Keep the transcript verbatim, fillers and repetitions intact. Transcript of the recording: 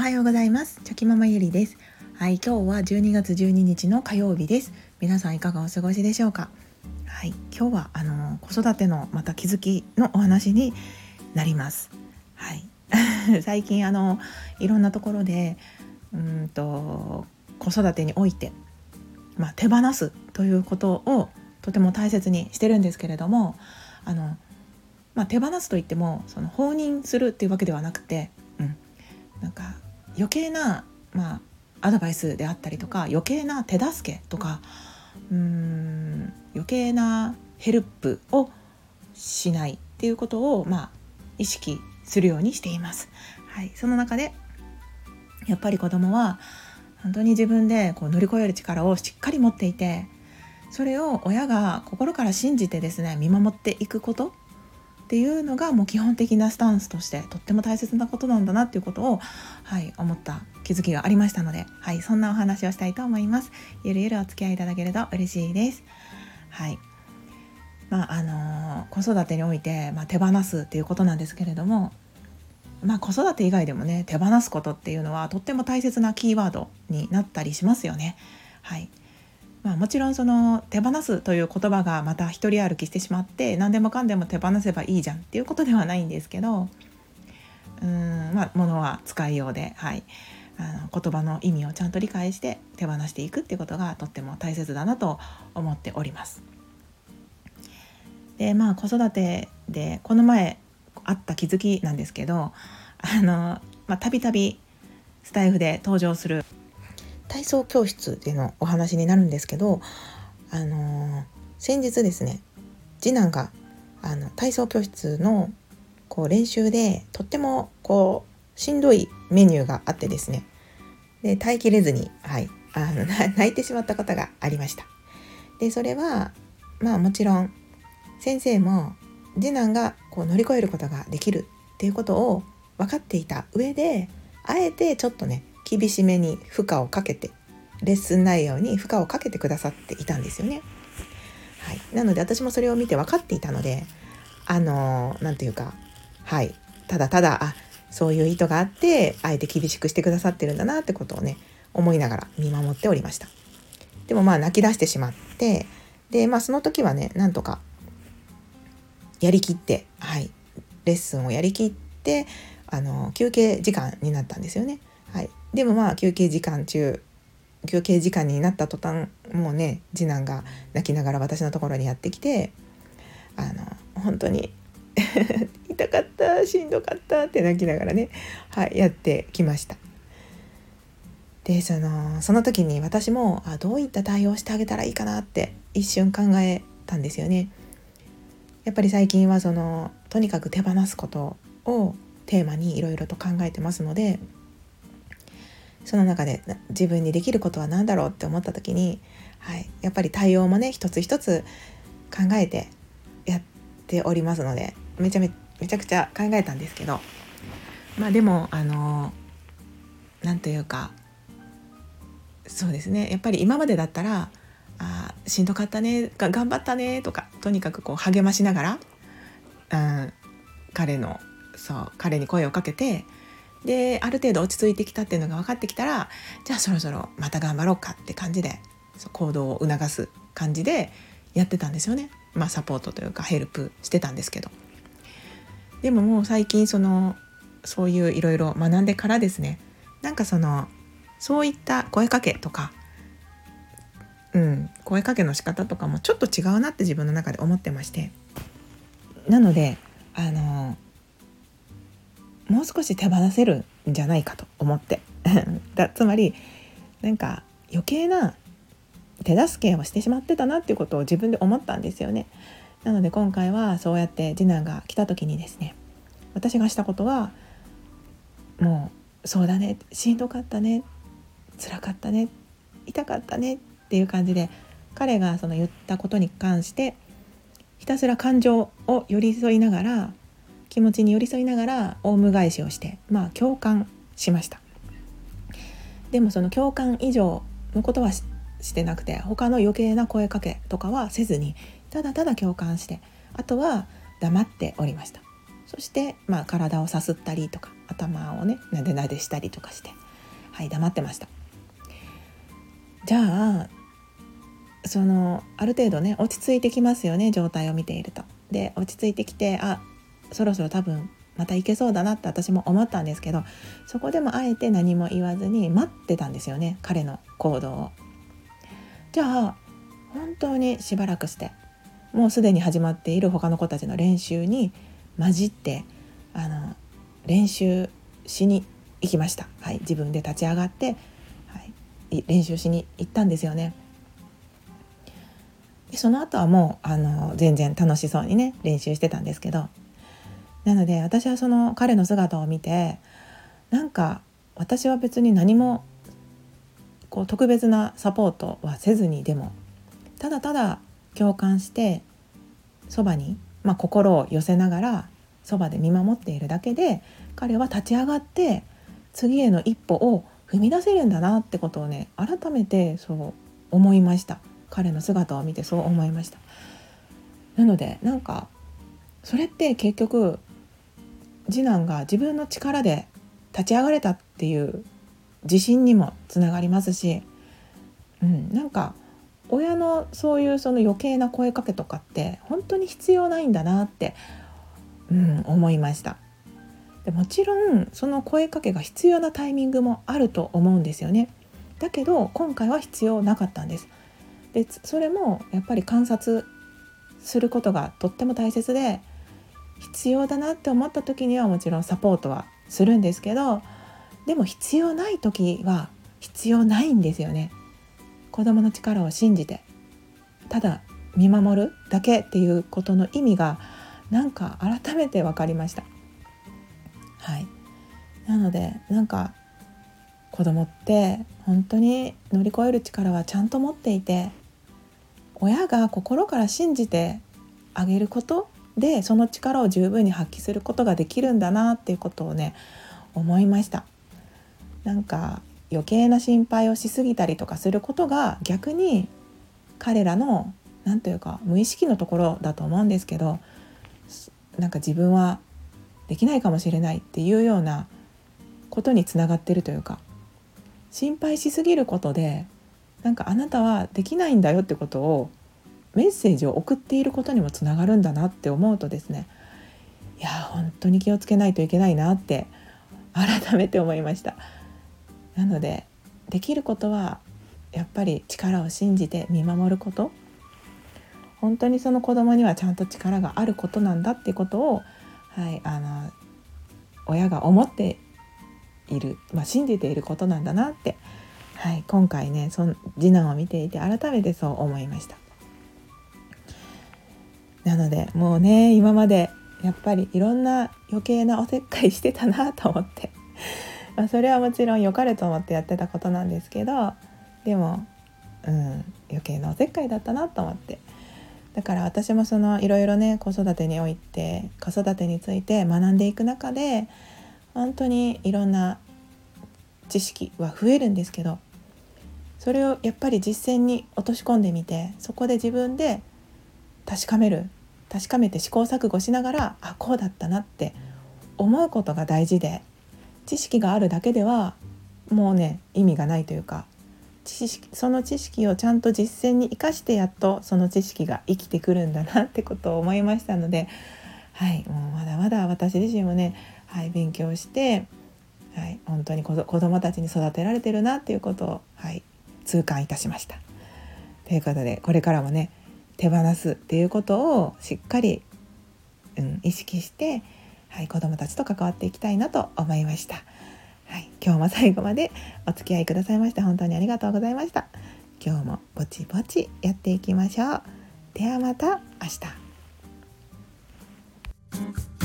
はようございます。チョキママゆりです。はい、今日はじゅうにがつじゅうににちの火曜日です。皆さんいかがお過ごしでしょうか。はい、今日はあの子育てのまた気づきのお話になります。はい、最近あのいろんなところでうんと子育てにおいて、まあ、手放すということをとても大切にしてるんですけれども、あの、まあ、手放すといってもその放任するっていうわけではなくて、うん、なんか余計な、まあ、アドバイスであったりとか余計な手助けとかうーん余計なヘルプをしないっていうことを、まあ、意識するようにしています。はい、その中でやっぱり子供は本当に自分でこう乗り越える力をしっかり持っていて、それを親が心から信じてですね見守っていくことっていうのがもう基本的なスタンスとしてとっても大切なことなんだなっていうことを、はい、思った気づきがありましたので、はい、そんなお話をしたいと思います。ゆるゆるお付き合いいただけると嬉しいです。はい、まああのー、子育てにおいて、まあ、手放すっていうことなんですけれども、まあ、子育て以外でもね手放すことっていうのはとっても大切なキーワードになったりしますよね。はい、まあ、もちろんその手放すという言葉がまた一人歩きしてしまって何でもかんでも手放せばいいじゃんっていうことではないんですけど、うーん、まあ、物は使いようで、はい、あの言葉の意味をちゃんと理解して手放していくっていうことがとっても大切だなと思っております。で、まあ、子育てでこの前あった気づきなんですけど、あの、まあ、たびたびスタイフで登場する体操教室でのお話になるんですけど、あのー、先日ですね次男があの体操教室のこう練習でとってもこうしんどいメニューがあってですね、で耐えきれずに、はい、あの泣いてしまったことがありました。でそれはまあもちろん先生も次男がこう乗り越えることができるっていうことを分かっていた上で、あえてちょっとね厳しめに負荷をかけてレッスン内容に負荷をかけてくださっていたんですよね。はい、なので私もそれを見て分かっていたので、あのなんていうか、はい、ただただあそういう意図があってあえて厳しくしてくださってるんだなってことをね思いながら見守っておりました。でもまあ泣き出してしまって、でまあその時はねなんとかやりきって、はい、レッスンをやりきってあの休憩時間になったんですよね。はい、でもまあ休憩時間中休憩時間になった途端もうね次男が泣きながら私のところにやってきて、あの本当に痛かったしんどかったって泣きながらね、はい、やってきました。でそのその時に私もあどういった対応をしてあげたらいいかなって一瞬考えたんですよね。やっぱり最近はそのとにかく手放すことをテーマにいろいろと考えてますので、その中で自分にできることは何だろうって思った時に、はい、やっぱり対応もね一つ一つ考えてやっておりますので、めちゃめめちゃくちゃ考えたんですけど、まあでもあのなんというかそうですね、やっぱり今までだったらあしんどかったねが頑張ったねとかとにかくこう励ましながら、うん、彼のそう彼に声をかけて、である程度落ち着いてきたっていうのが分かってきたら、じゃあそろそろまた頑張ろうかって感じでそう行動を促す感じでやってたんですよね。まあサポートというかヘルプしてたんですけど、でももう最近そのそういういろいろ学んでからですね、なんかそのそういった声かけとか、うん、声かけの仕方とかもちょっと違うなって自分の中で思ってまして、なのであのもう少し手放せるんじゃないかと思ってだつまりなんか余計な手助けをしてしまってたなっていうことを自分で思ったんですよね。なので今回はそうやって次男が来た時にですね、私がしたことはもうそうだね、しんどかったね、辛かったね、痛かったねっていう感じで彼がその言ったことに関してひたすら感情を寄り添いながら気持ちに寄り添いながらオウム返しをして、まあ共感しました。でもその共感以上のことは し, してなくて他の余計な声かけとかはせずにただただ共感して、あとは黙っておりました。 そして、まあ、体をさすったりとか頭をねなでなでしたりとかして、はい、黙ってました。じゃあそのある程度ね落ち着いてきますよね、状態を見ていると。で落ち着いてきて、あそろそろ多分また行けそうだなって私も思ったんですけど、そこでもあえて何も言わずに待ってたんですよね、彼の行動を。じゃあ本当にしばらくしてもうすでに始まっている他の子たちの練習に混じってあの練習しに行きました、はい、自分で立ち上がって、はい、練習しに行ったんですよね。でその後はもうあの全然楽しそうにね練習してたんですけど、なので私はその彼の姿を見て、なんか私は別に何もこう特別なサポートはせずに、でもただただ共感してそばに、まあ、心を寄せながらそばで見守っているだけで、彼は立ち上がって次への一歩を踏み出せるんだなってことをね改めてそう思いました。彼の姿を見てそう思いました。なのでなんかそれって結局次男が自分の力で立ち上がれたっていう自信にもつながりますし、うん、なんか親のそういうその余計な声かけとかって本当に必要ないんだなって、うん、思いました。でもちろんその声かけが必要なタイミングもあると思うんですよね。だけど今回は必要なかったんです。でそれもやっぱり観察することがとっても大切で、必要だなって思った時にはもちろんサポートはするんですけど、でも必要ない時は必要ないんですよね。子供の力を信じてただ見守るだけっていうことの意味がなんか改めて分かりました。はい、なのでなんか子供って本当に乗り越える力はちゃんと持っていて、親が心から信じてあげることでその力を十分に発揮することができるんだなっていうことをね思いました。なんか余計な心配をしすぎたりとかすることが逆に彼らのなんというか無意識のところだと思うんですけど、なんか自分はできないかもしれないっていうようなことにつながってるというか、心配しすぎることでなんかあなたはできないんだよってことをメッセージを送っていることにもつながるんだなって思うとですね、いや本当に気をつけないといけないなって改めて思いました。なのでできることはやっぱり力を信じて見守ること、本当にその子供にはちゃんと力があることなんだっていうことを、はい、あの親が思っている、まあ、信じていることなんだなって、はい、今回ねその次男を見ていて改めてそう思いました。なのでもうね今までやっぱりいろんな余計なおせっかいしてたなと思ってまあそれはもちろん良かれと思ってやってたことなんですけど、でも、うん、余計なおせっかいだったなと思って、だから私もそのいろいろね子育てにおいて子育てについて学んでいく中で本当にいろんな知識は増えるんですけど、それをやっぱり実践に落とし込んでみて、そこで自分で確かめる確かめて試行錯誤しながら、あこうだったなって思うことが大事で、知識があるだけではもうね意味がないというか、知識その知識をちゃんと実践に生かしてやっとその知識が生きてくるんだなってことを思いましたので、はい、もうまだまだ私自身もね、はい、勉強して、はい、本当に子どもたちに育てられてるなっていうことを、はい、痛感いたしました。ということでこれからもね手放すっていうことをしっかり、うん、意識して、はい、子どもたちと関わっていきたいなと思いました。はい、今日も最後までお付き合いくださいまして本当にありがとうございました。今日もぼちぼちやっていきましょう。ではまた明日。